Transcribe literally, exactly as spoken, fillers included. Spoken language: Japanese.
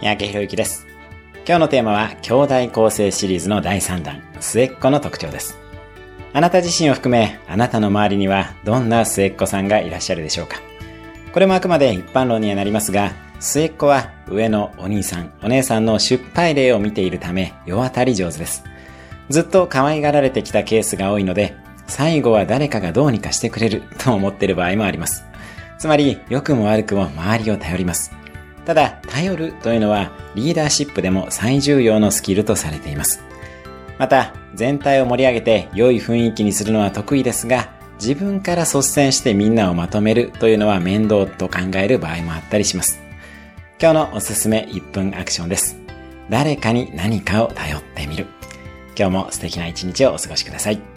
三宅博之です。今日のテーマは兄弟構成シリーズのだいさんだん、末っ子の特徴です。あなた自身を含め、あなたの周りにはどんな末っ子さんがいらっしゃるでしょうか。これもあくまで一般論にはなりますが、末っ子は上のお兄さん、お姉さんの失敗例を見ているため世渡り上手です。ずっと可愛がられてきたケースが多いので、最後は誰かがどうにかしてくれると思っている場合もあります。つまり、良くも悪くも周りを頼ります。ただ、頼るというのはリーダーシップでも最重要のスキルとされています。また、全体を盛り上げて良い雰囲気にするのは得意ですが、自分から率先してみんなをまとめるというのは面倒と考える場合もあったりします。今日のおすすめいっぷんアクションです。誰かに何かを頼ってみる。今日も素敵な一日をお過ごしください。